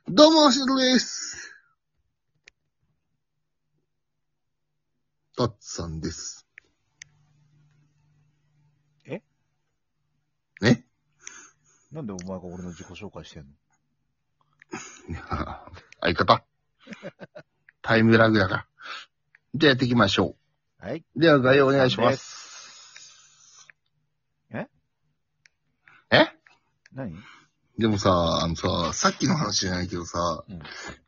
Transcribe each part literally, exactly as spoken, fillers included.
どうも、しろです。たっさんです。 ええなんでお前が俺の自己紹介してんの？ いや相方。タイムラグだから。じゃあやっていきましょはい。 う。では概要お願いしま。 す。ええ何でもさ、あのさ、さっきの話じゃないけどさ、 うん。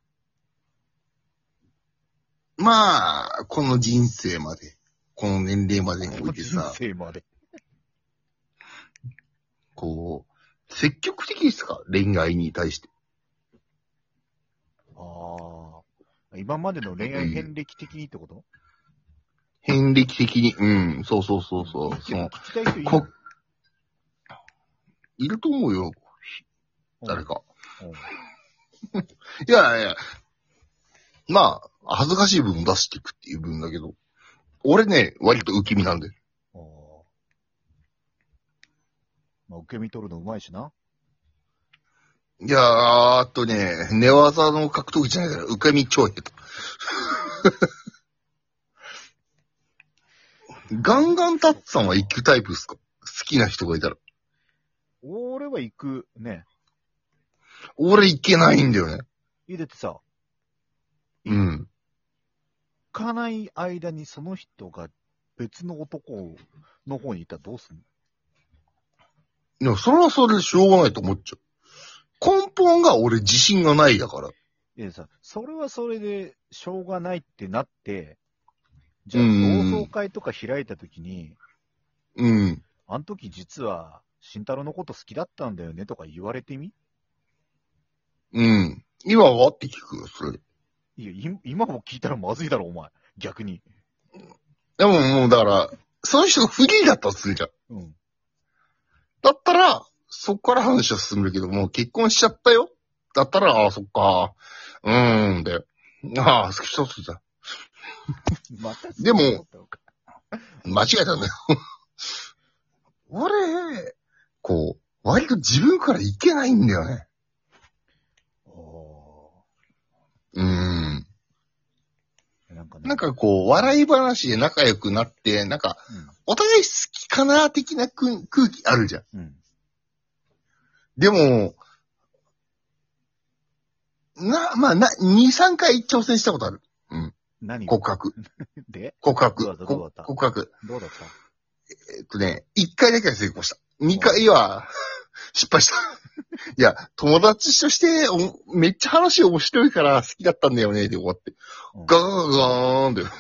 まあ、この人生まで、この年齢までにおいて人さ、 生まで。 こう、積極的ですか恋愛に対して。 ああ。今までの恋愛遍歴的にってこと？ 遍歴的に、うん、そうそうそうそう。 うん、 その、 聞きたい人いるこ、いると思うよ。誰か。 うん。 いやいや、まあ、恥ずかしい部分を出していくっていう部分だけど、俺ね、割と受け身なんで。 ああ。まあ、受け身取るのうまいしな。 いやー、あとね、寝技の格闘技じゃないから、受け身超下手。ガンガンタッツさんは行くタイプですか？好きな人がいたら。 俺は行くね。 俺行けないんだよね。 いいだってさ、 うん。 行かない間にその人が別の男の方に行ったらどうすんの？ でもそれはそれでしょうがないと思っちゃう。根本が俺自信がないだから。 いやさ、それはそれでしょうがないってなって、じうゃあ同ん窓会とか開いたときに、 うん。 あの時実は慎太郎のこと好きだったんだよねとか言われてみ？ うん。今はって聞くよ、それ。 いや、い今も聞いたらまずいだろ、お前。逆に。 でももうだから、その人がフリーだったとするじゃん。 うん。 だったら、そっから話は進むけど、もう結婚しちゃったよ。だったら、ああ、そっか。うーん、で。ああ、好きそうだ。 またでもそう思ったのか。 間違えたんだよ。俺、こう、割と自分からいけないんだよね。 おうーん。 ー。なんかね。 なんかこう、笑い話で仲良くなって、なんか、 うん。 お互い好きかな的な空空気あるじゃん。 うん。 でも、な、まあ、な、に、さんかい挑戦したことある。うん。 何を告白。 で告白。 どうだったどうだった告白。 どうだったえっとね、いっかいだけは成功した。にかいは失敗した。いや、友達としてお、めっちゃ話面白いから好きだったんだよね、で終わって。 うんガーガーンだよ。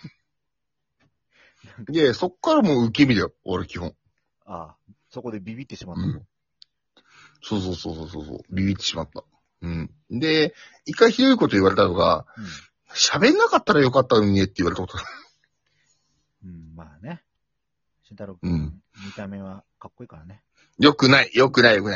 で、そっからもう受け身だよ、俺基本。 ああ、そこでビビってしまったと。 うん。そうそうそうそうそうそう、ビビってしまった。うん。で、一回ひどいこと言われたのが、 うん。 喋んなかったらよかったのにねって言われたことだ。 うん、まあね。慎太郎くん、 うん見た目はかっこいいからね。 よくない、よくない、よくない。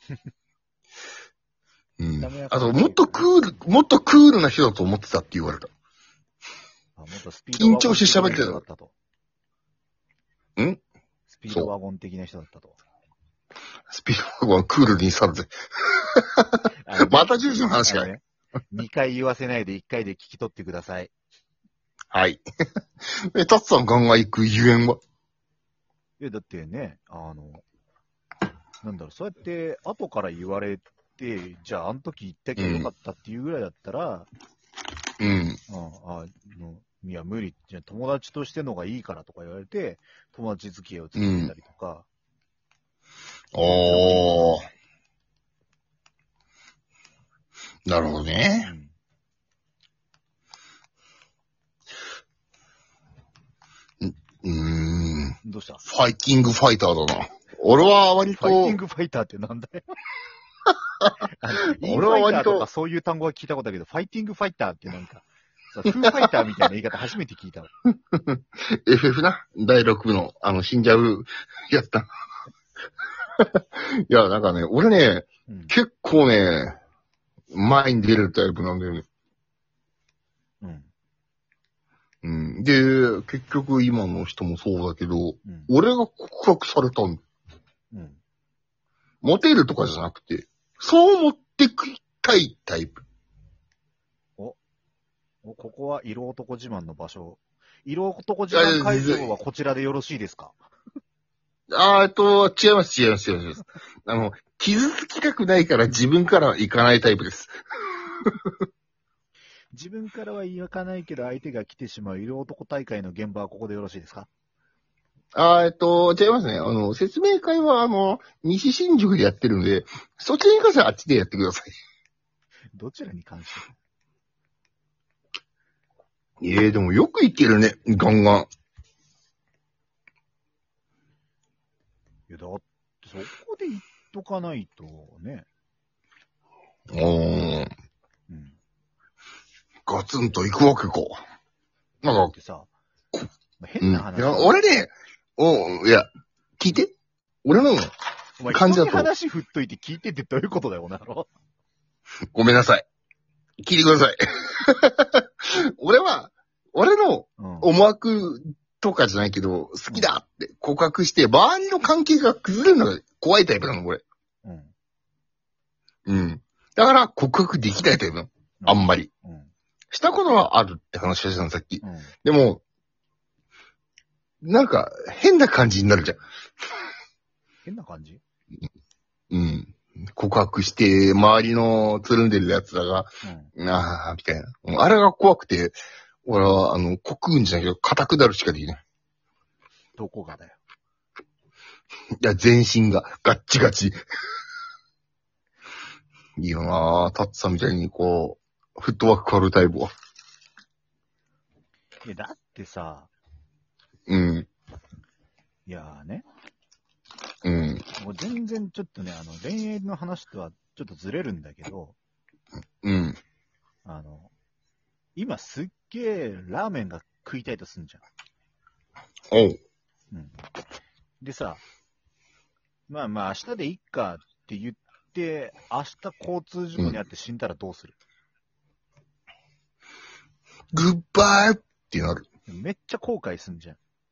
う見んた目はかっこいいあと、もっとクール、もっとクールな人だと思ってたって言われた。 あ、もっとスピードワゴン緊張して喋ってた的な人だったと。 んスピードワゴン的な人だったと。 スピードワゴンクールに去るぜ。また住所の話かい。 ね。にかい言わせないでいっかいで聞き取ってください。 はい。え、タツさんガンガン行くゆえんは？ え、だってね、あの、なんだろう、そうやって後から言われて、じゃああの時言ったきゃよかったっていうぐらいだったら、 うん。 うん、あの、いや、無理。じゃあ友達としてのがいいからとか言われて、友達付き合いを続けたりとか。 おー。なるほどうね。 ん。 うーん。 どうしたファイティングファイターだな。俺は割と、 ファイティングファイターってなんだよ。あのイン俺ファイタは割とーとかそういう単語は聞いたことあるけど、ファイティングファイターってなんか、さフーファイターみたいな言い方初めて聞いたわ。 エフエフ な。だいろく部の、あの、死んじゃうやつだ。いや、なんかね、俺ね、 うん。 結構ね、前に出るタイプなんだよね。 うん。 うん。で、結局今の人もそうだけど、 うん。 俺が告白されたんだ。 うん。 モテるとかじゃなくて、そう持ってきたいタイプ。 お、ここは色男自慢の場所。色男自慢会場はこちらでよろしいですか？ あーえっと、違います、違います、違います。あの、傷つきたくないから自分からは行かないタイプです。 自分からは言かないけど相手が来てしまう色男大会の現場はここでよろしいですか？ あーえっと、違いますね。あの、説明会は、あの、西新宿でやってるんで、そちらに関してはあっちでやってください。 どちらに関して？ ええー、でもよくいけるね、ガンガン。 いや、だってそこで言っとかないとね。 おー。 うん。 ガツンと行くわけか。なんか、 だってさ、変な話、 うん。いや、俺ね、おいや、聞いて。俺のお前、 感じだと人に話振っといて聞いてってどういうことだよ、なの？ ごめんなさい。聞いてください。俺は、俺の思惑とかじゃないけど、好きだって告白して、周りの関係が崩れるのが怖いタイプなの、俺。 うん。 うん。だから告白できないタイプなの。あんまり。 うん。 したことはあるって話をしたの、さっき。 うん。 でも、なんか、変な感じになるじゃん。 変な感じ？ うん。告白して、周りのつるんでる奴らが、 うん。 あー、みたいな。あれが怖くて、俺は、あの、国運じゃないけど、硬くなるしかできない。 どこがだよ。 いや、全身がガッチガチ。いいよなぁ、タッツさんみたいにこう、フットワーク変わるタイプは。 いや、だってさ、 うん。 いやーね、 うん。 もう全然ちょっとね、あの、恋愛の話とはちょっとずれるんだけど、 うん。 あの、今すっげえラーメンが食いたいとすんじゃん。 おう。 うん。でさ、まあまあ明日でいっかって言って、明日交通事故に遭って死んだらどうする？ グッバイってなる。 めっちゃ後悔すんじゃん。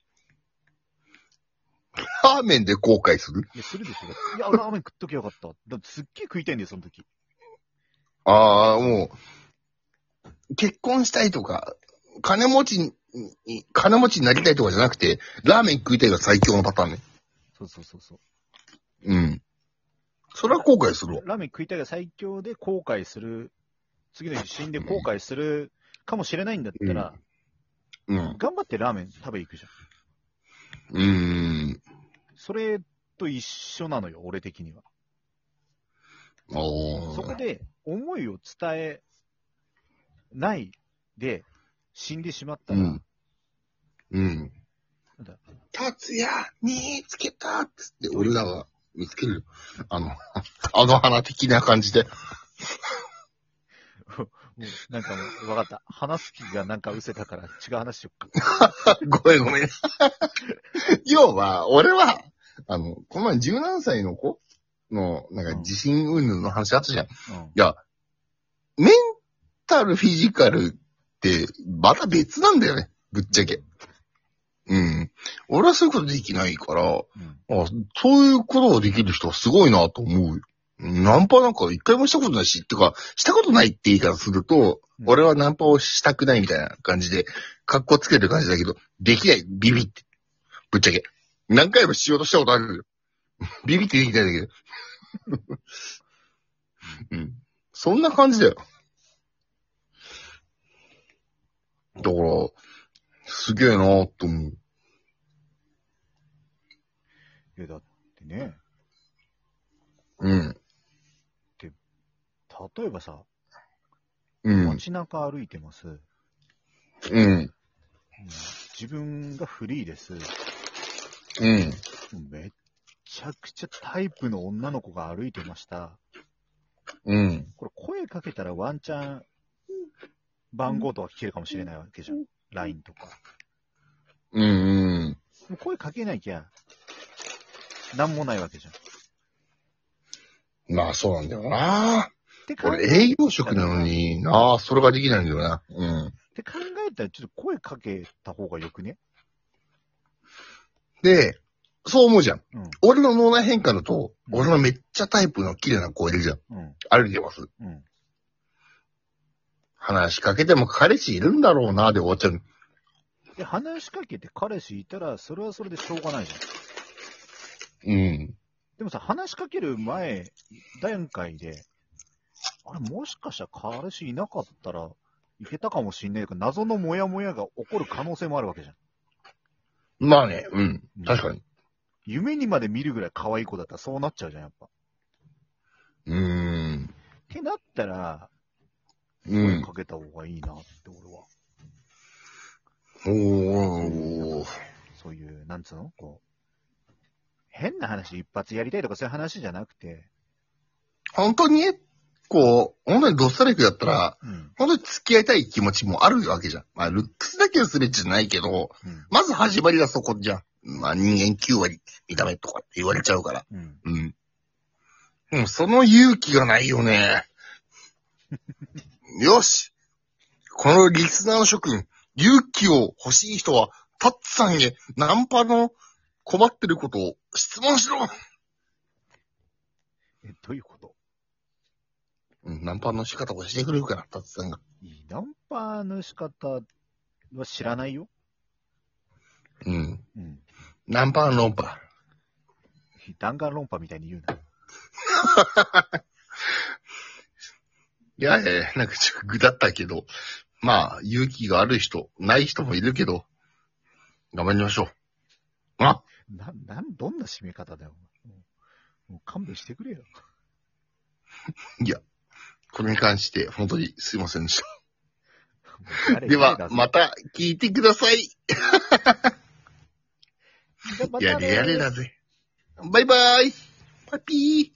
ラーメンで後悔する？ いや、するでしょ。いや、ラーメン食っときゃよかった。だってすっげえ食いたいんだよ、その時。 ああ、もう、結婚したいとか、金持ちに、金持ちになりたいとかじゃなくて、ラーメン食いたいが最強のパターンね。 そうそうそうそう。 うん。それは後悔するわ。 ラーメン食いたいが最強で後悔する、次の日死んで後悔するかもしれないんだったら、 うん。 頑張ってラーメン食べ行くじゃん。 うーん。 それと一緒なのよ、俺的には。 おー。 そこで思いを伝えないで死んでしまったら、 うん。うん。 なんだ、 達也、見つけたっつって俺らが見つける。あの、あの花的な感じで。 もうなんかもう、わかった。話す気がなんか失せたから違う話しよっか。 ごめんごめん。要は、俺は、あの、この前十何歳の子の、なんか自信云々の話あったじゃん。 うん。 いや、メンタル、フィジカルって、また別なんだよね。ぶっちゃけ。うん。俺はそういうことできないから、 うん、 あそういうことができる人はすごいなと思う。ナンパなんか一回もしたことないし、ってか、したことないって言い方すると、 うん、 俺はナンパをしたくないみたいな感じで、格好つけてる感じだけど、できない、ビビって。ぶっちゃけ。何回もしようとしたことあるよ。ビビってできないんだけど。うん。そんな感じだよ。だから、すげえなーと思う。 いや、だってね、 うん。 例えばさ、 うん。 街中歩いてます。 うん。 自分がフリーです。 うん。 めっちゃくちゃタイプの女の子が歩いてました。 うん。 これ声かけたらワンチャン番号とか聞けるかもしれないわけじゃん。ライン とか。 うん。うん。 もう声かけなきゃ、なんもないわけじゃん。 まあそうなんだよな。 って考え俺営業職なのになあ、それができないんだよな。うん。 って考えたらちょっと声かけた方がよくね？ で、そう思うじゃん。 うん。 俺の脳内変化だと、 うん俺のめっちゃタイプの綺麗な子いるじゃん。 うん。 歩いてます。 うん。 話しかけても彼氏いるんだろうな、で終わっちゃう。 で、話しかけて彼氏いたら、それはそれでしょうがないじゃん。 うん。 でもさ、話しかける前、段階で、あれ、もしかしたら彼氏いなかったらいけたかもしんないけど、謎のモヤモヤが起こる可能性もあるわけじゃん。 まあね、うん。確かに。 夢にまで見るぐらい可愛い子だったらそうなっちゃうじゃん、やっぱ。 うーん。 ってなったら、 う声ん。 かけた方がいいなって、俺は。 おー。 そういう、なんつうのこう。変な話一発やりたいとかそういう話じゃなくて。 本当にね、こう、本当にドストライクだったら、 うん。 本当に付き合いたい気持ちもあるわけじゃん。まあ、ルックスだけはすれじゃないけど、 うん。 まず始まりはそこじゃん。まあ、人間きゅう割見た目とかって言われちゃうから。 うん。 うん。でもその勇気がないよね。よし。このリスナーの諸君、勇気を欲しい人は、タッツさんへナンパの困ってることを質問しろ。 え、どういうこと？ うん、ナンパの仕方をしてくれるから、タッツさんが。 いいナンパの仕方は知らないよ。 うん。 うん。 ナンパの論破。 弾丸論破みたいに言うな。 いやいやいや、なんかちょっと具だったけど、まあ、勇気がある人、ない人もいるけど、頑張りましょう。あな、なん、どんな締め方だよ。もう、もう勘弁してくれよ。 いや、これに関して本当にすいませんでし誰た。では、 誰だまた聞いてください。 じゃあまたねやれやれだぜ。バイバイ。パピー。